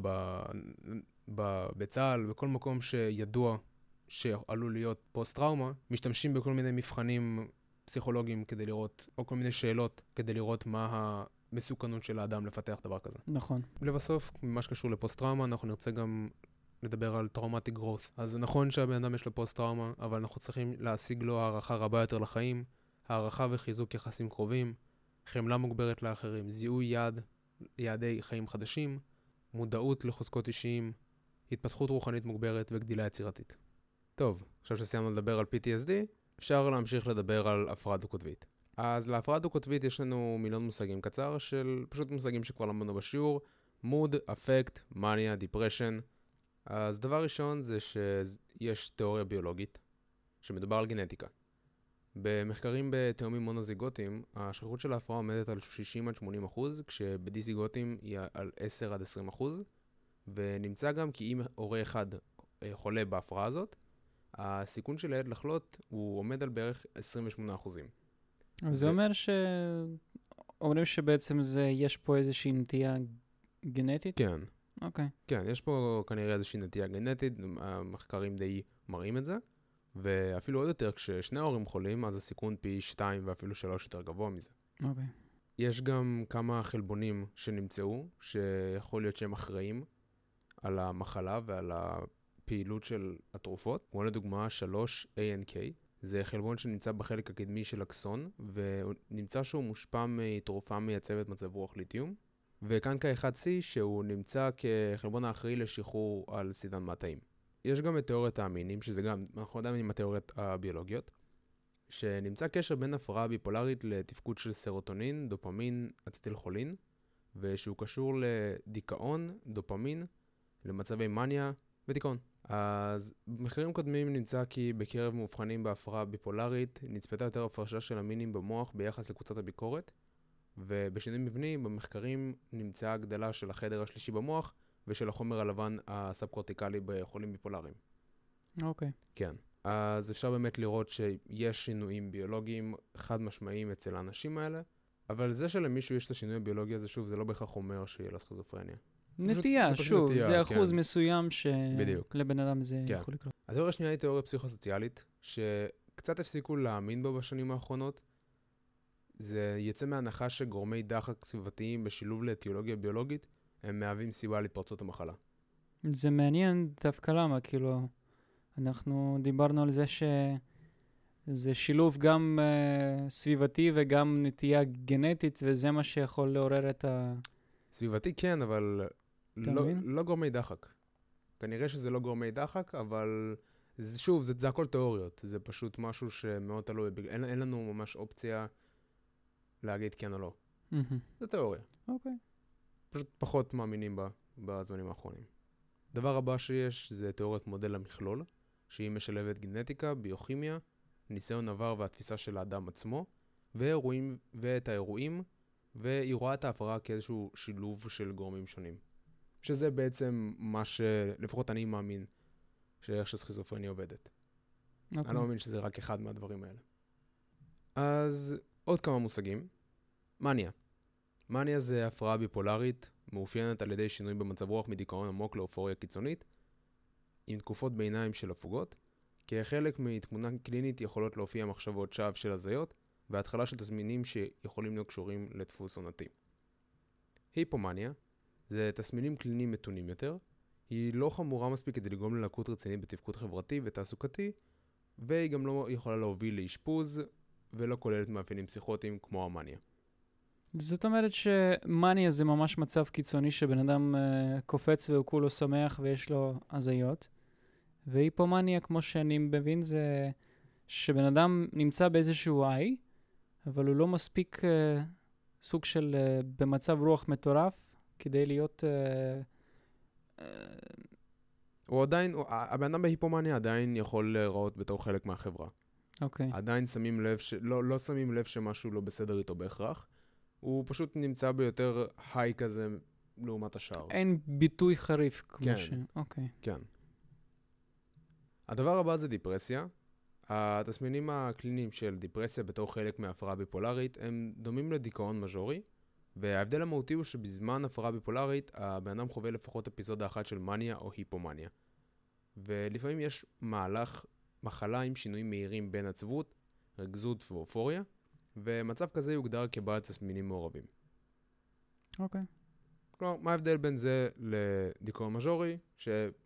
בצה"ל, בכל מקום שידוע שעלול להיות פוסט-טראומה, משתמשים בכל מיני מבחנים פסיכולוגיים כדי לראות, או כל מיני שאלות כדי לראות מה המסוכנות של האדם לפתח דבר כזה. נכון. לבסוף, ממה שקשור לפוסט-טראומה, אנחנו נרצה גם לדבר על טראומטיק growth. אז זה נכון שהבן אדם יש לו פוסט-טראומה, אבל אנחנו צריכים להשיג לו הערכה רבה יותר לחיים, הערכה וחיזוק יחסים קרובים, חמלה מוגברת לאחרים, זיהוי יעדי חיים חדשים, מודעות לחוזקות אישיים, התפתחות רוחנית מוגברת וגדילה יצירתית. טוב, עכשיו שסיימנו לדבר על PTSD, אפשר להמשיך לדבר על הפרעה דו-קוטבית. אז להפרעה דו-קוטבית יש לנו מיליון מושגים קצר של פשוט מושגים שכבר למדנו בשיעור, mood, affect, mania, depression. אז דבר ראשון זה שיש תיאוריה ביולוגית שמדובר על גנטיקה. במחקרים בתאומים מונוזיגוטיים, השכיחות של ההפרעה עומדת על 60-80%, כשבדיזיגוטים היא על 10-20%, ונמצא גם כי אם הורה אחד חולה בהפרעה הזאת, הסיכון של הילד לחלות הוא עומד על בערך 28%. אז זה אומר אומרים שבעצם יש פה איזושהי נטייה גנטית? כן. אוקיי. כן, יש פה כנראה איזושהי נטייה גנטית, המחקרים די מראים את זה, ואפילו עוד יותר, כששני ההורים חולים, אז הסיכון פי 2 ואפילו 3 יותר גבוה מזה. אוקיי. יש גם כמה חלבונים שנמצאו, שיכול להיות שהם אחראים על המחלה ועל הפעילות של התרופות, כמו לדוגמה 3-ANK, זה חלבון שנמצא בחלק הקדמי של אקסון, ונמצא שהוא מושפע מתרופה מייצבת מצב רוח ליתיום, וקנקה 1C שהוא נמצא כחלבון האחראי לשחרור על סידן מהתאים. יש גם את תיאוריית האמינים, שזה גם, אנחנו עדיין עם התיאוריות הביולוגיות, שנמצא קשר בין הפרעה ביפולרית לתפקוד של סרוטונין, דופמין, אצטילכולין, ושהוא קשור לדיכאון, דופמין, למצבי מניה ודיכאון. אז במחקרים קודמים נמצא כי בקרב מאובחנים בהפרעה ביפולרית נצפתה יותר הפרשה של אמינים במוח ביחס לקבוצת הביקורת, ובשינוי מבני במחקרים נמצאה הגדלה של החדר השלישי במוח ושל החומר הלבן הסאבקורטיקלי בחולים ביפולריים. אוקיי. כן. אז אפשר באמת לראות שיש שינויים ביולוגיים חד משמעיים אצל האנשים האלה, אבל זה שלמישהו יש את השינוי הביולוגי הזה, שוב, זה לא בהכרח אומר שיהיה לו סכיזופרניה. נטייה, שוב, נטייה, זה אחוז כן. מסוים שלבן אדם זה כן. יכול לקרות. התיאוריה השנייה היא תיאוריה פסיכוסוציאלית, שקצת הפסיקו להאמין בה בשנים האחרונות. זה יצא מההנחה שגורמי דחק סביבתיים בשילוב לאתיולוגיה ביולוגית, הם מהווים סיבה להתפרצות המחלה. זה מעניין דווקא למה, כאילו, אנחנו דיברנו על זה שזה שילוב גם סביבתי וגם נטייה גנטית, וזה מה שיכול לעורר את סביבתי כן, אבל לא גורמי דחק. כנראה שזה לא גורמי דחק, אבל שוב, זה הכל תיאוריות. זה פשוט משהו שמאוד תלוי. אין לנו ממש אופציה להגיד כן או לא. זה תיאוריה. אוקיי. פשוט פחות מאמינים בה בזמנים האחרונים. דבר הבא שיש זה תיאוריית מודל המכלול, שהיא משלבת גנטיקה, ביוכימיה, ניסיון עבר והתפיסה של האדם עצמו, ואת האירועים, והיא רואה את ההפרעה כאיזשהו שילוב של גורמים שונים. שזה בעצם מה שלפחות אני מאמין שאיך שסכיזופרניה עובדת. Okay. אני לא מאמין שזה רק אחד מהדברים האלה. אז עוד כמה מושגים. מניה. מניה זה הפרעה ביפולרית, מאופיינת על ידי שינוי במצב רוח מדיכאון עמוק לאופוריה קיצונית, עם תקופות ביניים של הפוגות. כחלק מתמונה קלינית יכולות להופיע מחשבות שווא של הזיות, והתחלה של תסמינים שיכולים להיות קשורים לדפוס עונתי. היפומניה זה תסמינים קליניים מתונים יותר, היא לא חמורה מספיק כדי לגרום ללקות רצינית בתפקוד חברתי ותעסוקתי, והיא גם לא יכולה להוביל לאשפוז, ולא כוללת מאפיינים פסיכוטיים כמו המניה. זאת אומרת שמניה זה ממש מצב קיצוני שבן אדם קופץ והוא כולו שמח ויש לו הזיות, והיפומניה, כמו שאני מבין, זה שבן אדם נמצא באיזשהו איי, אבל הוא לא מספיק סוג של במצב רוח מטורף, כדי להיות... הוא עדיין, הבן אדם בהיפומניה עדיין יכול להיראות בתור חלק מהחברה. אוקיי. עדיין שמים לב, לא שמים לב שמשהו לא בסדר איתו בהכרח. הוא פשוט נמצא ביותר היי כזה לעומת השאר. אין ביטוי חריף כמו כן. אוקיי. כן. הדבר הבא זה דיפרסיה. התסמינים הקליניים של דיפרסיה בתור חלק מהפרעה ביפולרית הם דומים לדיכאון מז'ורי, וההבדל המהותי הוא שבזמן הפרעה ביפולרית הבן אדם חווה לפחות אפיזודה אחת של מניה או היפומניה. ולפעמים יש מחלה עם שינויים מהירים בין עצבות, רגזות ואופוריה, ומצב כזה יוגדר כבעל תסמינים מעורבים. אוקיי. כלומר, מה ההבדל בין זה לדיכאון מז'ורי,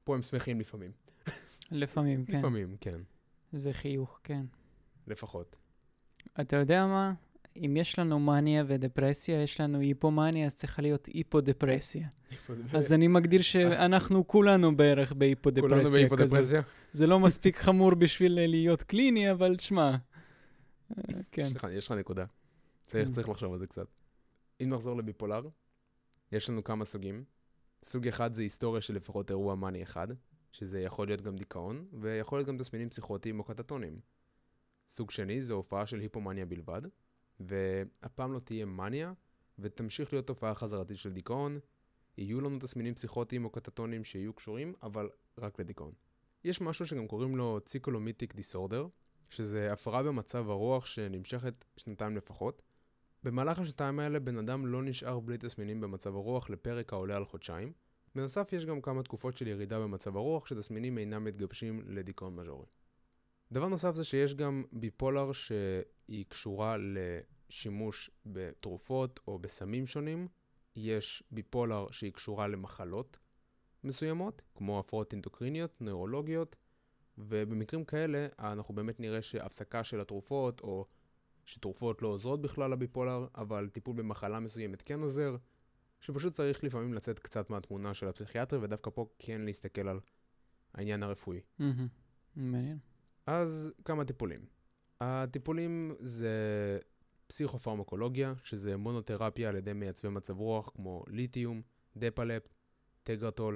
פה הם שמחים לפעמים. לפעמים, כן. לפעמים, כן. זה חיוך, כן. לפחות. אתה יודע מה? אם יש לנו מניה ודפרסיה, יש לנו היפומניה, אז צריכה להיות היפודפרסיה. אז אני מגדיר שאנחנו כולנו בערך בהיפודפרסיה. כולנו בהיפודפרסיה? זה לא מספיק חמור בשביל להיות קליני, אבל תשמע. כן. יש לך נקודה. צריך לחשוב על זה קצת. אם נחזור לביפולר, יש לנו כמה סוגים. סוג אחד זה היסטוריה של לפחות אירוע מני אחד, שזה יכול להיות גם דיכאון, ויכול להיות גם תסמינים פסיכוטיים או קטטונים. סוג שני זה הופעה של היפומניה בלבד, והפעם לא תהיה מניה, ותמשיך להיות תופעה חזרתית של דיכאון. יהיו לנו תסמינים פסיכוטיים או קטטונים שיהיו קשורים, אבל רק לדיכאון. יש משהו שגם קוראים לו צייקולומיטיק דיסורדר, שזה הפרעה במצב הרוח שנמשכת 2 לפחות. במהלך השנתיים האלה בן אדם לא נשאר בלי תסמינים במצב הרוח לפרק העולה על חודשיים. בנוסף יש גם כמה תקופות של ירידה במצב הרוח שתסמינים אינם מתגבשים לדיכאון מז'ורי. דבר נוסף זה שיש גם ביפולר שהיא קשורה לשימוש בתרופות או בסמים שונים. יש ביפולר שהיא קשורה למחלות מסוימות, כמו הפרעות אנדוקריניות, נוירולוגיות, ובמקרים כאלה אנחנו באמת נראה שהפסקה של התרופות או שתרופות לא עוזרות בכלל לביפולר, אבל טיפול במחלה מסוימת כן עוזר, שפשוט צריך לפעמים לצאת קצת מהתמונה של הפסיכיאטר, ודווקא פה כן להסתכל על העניין הרפואי. מעניין. אז כמה טיפולים. הטיפולים זה פסיכופרמקולוגיה, שזה מונותרפיה על ידי מייצבי מצב רוח כמו ליתיום, דפלפט, טגרטול.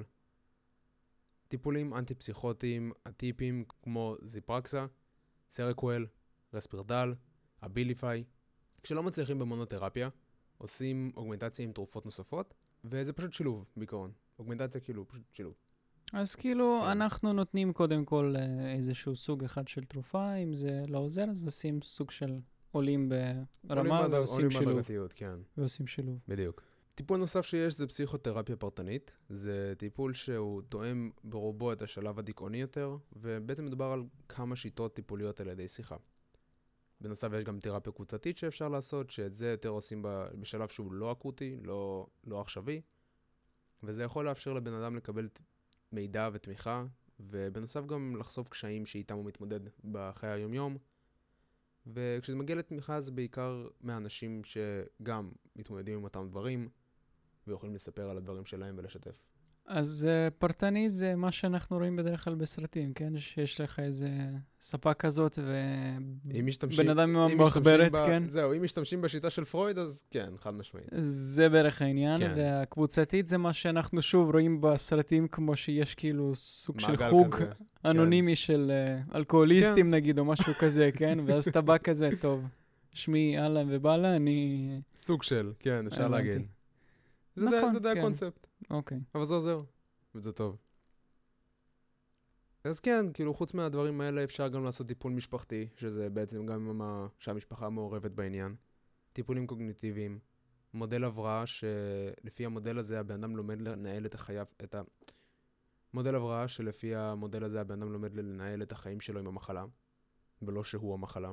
טיפולים אנטי-פסיכוטיים אטיפיים כמו זיפרקסה, סרקוול, רספירדל, הביליפיי. כשלא מצליחים במונותרפיה, עושים אוגמנטציה עם תרופות נוספות, וזה פשוט שילוב בעיקרון. אוגמנטציה כאילו פשוט שילוב. אז כאילו אנחנו נותנים קודם כל איזשהו סוג אחד של תרופה, אם זה לא עוזר, אז עושים סוג של עולים ברמה ועושים שילוב. עולים בהדרגתיות, כן. ועושים שילוב. בדיוק. טיפול נוסף שיש זה פסיכותרפיה פרטנית. זה טיפול שהוא תואם ברובו את השלב הדיכאוני יותר, ובעצם מדובר על כמה שיטות טיפוליות על ידי שיחה. בנוסף יש גם תרפיה קבוצתית שאפשר לעשות, שאת זה יותר עושים בשלב שהוא לא אקוטי, לא עכשווי, וזה יכול לאפשר לבן אדם לקבל מידע ותמיכה, ובנוסף גם לחשוף קשיים שאיתם הוא מתמודד בחיי היום-יום. וכשזה מגיע לתמיכה זה בעיקר מאנשים שגם מתמודדים עם אותם דברים, ויכולים לספר על הדברים שלהם ולשתף. אז פרטני זה מה שאנחנו רואים בדרך כלל בסרטים, כן? שיש לך איזה ספה כזאת ובן אדם עם מחברת, כן? זהו, אם משתמשים בשיטה של פרויד, אז כן, חד משמעית. זה בערך העניין, כן. והקבוצתית זה מה שאנחנו שוב רואים בסרטים, כמו שיש כאילו סוג של מעגל חוג כזה. אנונימי של אלכוהוליסטים כן. נגיד, או משהו כזה, כן? ואז אתה בא כזה, טוב, שמי אהלן ובאללה, אני... סוג של, כן, אפשר הבנתי. להגיד. נכון, זה די כן. הקונספט. אוקיי. אבל זה עוזר, וזה טוב. אז כן, כאילו חוץ מהדברים האלה אפשר גם לעשות טיפול משפחתי, שזה בעצם גם שהמשפחה מעורבת בעניין. טיפולים קוגניטיביים, מודל הבראה שלפי המודל הזה הבן אדם לומד לנהל את החייו, מודל הבראה שלפי המודל הזה הבן אדם לומד לנהל את החיים שלו עם המחלה, ולא שהוא המחלה.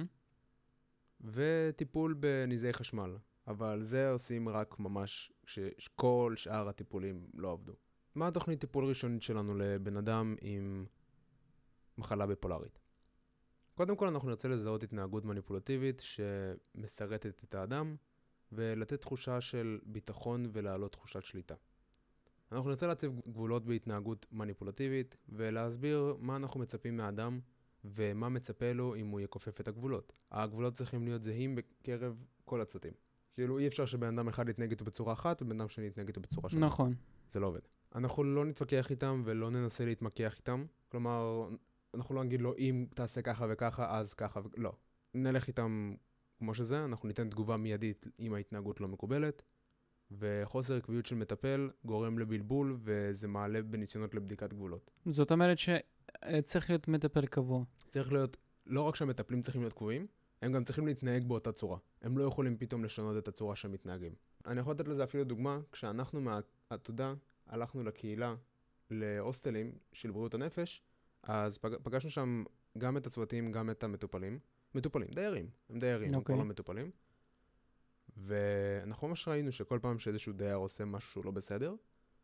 וטיפול בנזעי חשמל. אבל זה עושים רק ממש כשכל שאר הטיפולים לא עבדו. מה התוכנית טיפול ראשונית שלנו לבן אדם עם מחלה ביפולרית? קודם כל אנחנו נרצה לזהות התנהגות מניפולטיבית שמסרטת את האדם ולתת תחושה של ביטחון ולהעלות תחושת שליטה. אנחנו נרצה להציב גבולות בהתנהגות מניפולטיבית ולהסביר מה אנחנו מצפים מהאדם ומה מצפה לו אם הוא יכופף את הגבולות. הגבולות צריכים להיות זהים בקרב כל הצדדים. כאילו אי אפשר שבן אדם אחד יתנהג איתו בצורה אחת ובן אדם שני יתנהג איתו בצורה שונה. נכון. זה לא עובד. אנחנו לא נתווכח איתם ולא ננסה להתמקח איתם. כלומר, אנחנו לא נגיד לו אם תעשה ככה וככה אז ככה לא. נלך איתם כמו שזה, אנחנו ניתן תגובה מיידית אם ההתנהגות לא מקובלת. וחוסר עקביות של מטפל גורם לבלבול וזה מעלה בניסיונות לבדיקת גבולות. זאת אומרת שצריך להיות מטפל קבוע. צריך להיות, לא רק שהמטפלים צריכים להיות קבועים, הם גם צריכים להתנהג באותה צורה. הם לא יכולים פתאום לשנות את הצורה שהם מתנהגים. אני יכול לתת לזה אפילו דוגמה, כשאנחנו מהעתודה הלכנו לקהילה, להוסטלים של בריאות הנפש, אז פגשנו שם גם את הצוותים, גם את המטופלים. מטופלים, דיירים. הם דיירים, הם כבר לא מטופלים. ואנחנו ממש ראינו שכל פעם שאיזשהו דייר עושה משהו שהוא לא בסדר,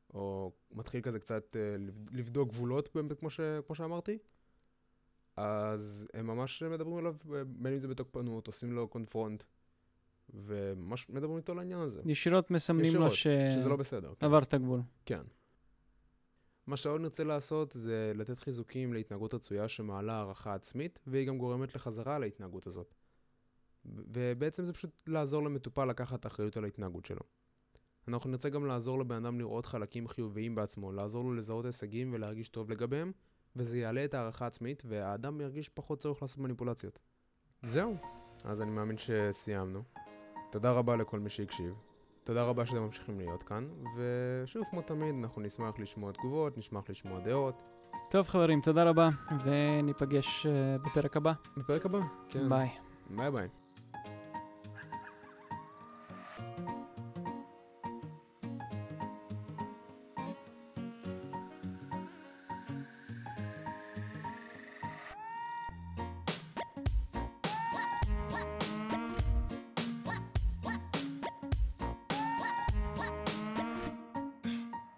או מתחיל כזה קצת לבדוק גבולות, באמת כמו שאמרתי, אז הם ממש מדברים עליו, בין אם זה בתוקפנות, עושים לו קונפרונט, וממש מדברים איתו על העניין הזה. ישירות מסמנים לו שזה לא בסדר. עבר את הגבול. כן. מה שעוד נרצה לעשות זה לתת חיזוקים להתנהגות רצויה שמעלה הערכה עצמית, והיא גם גורמת לחזרה להתנהגות הזאת. ובעצם זה פשוט לעזור למטופל לקחת אחריות על ההתנהגות שלו. אנחנו נרצה גם לעזור לבן אדם לראות חלקים חיוביים בעצמו, לעזור לו לזהות הישגים ולהרגיש טוב לגביהם, וזה יעלה את הערכה עצמית, והאדם ירגיש פחות צורך לעשות מניפולציות. זהו. אז אני מאמין שסיימנו. תודה רבה לכל מי שהקשיב. תודה רבה שאתם ממשיכים להיות כאן, ושוב, כמו תמיד, אנחנו נשמח לשמוע תגובות, נשמח לשמוע דעות. טוב חברים, תודה רבה, וניפגש בפרק הבא. בפרק הבא? כן. ביי. ביי ביי.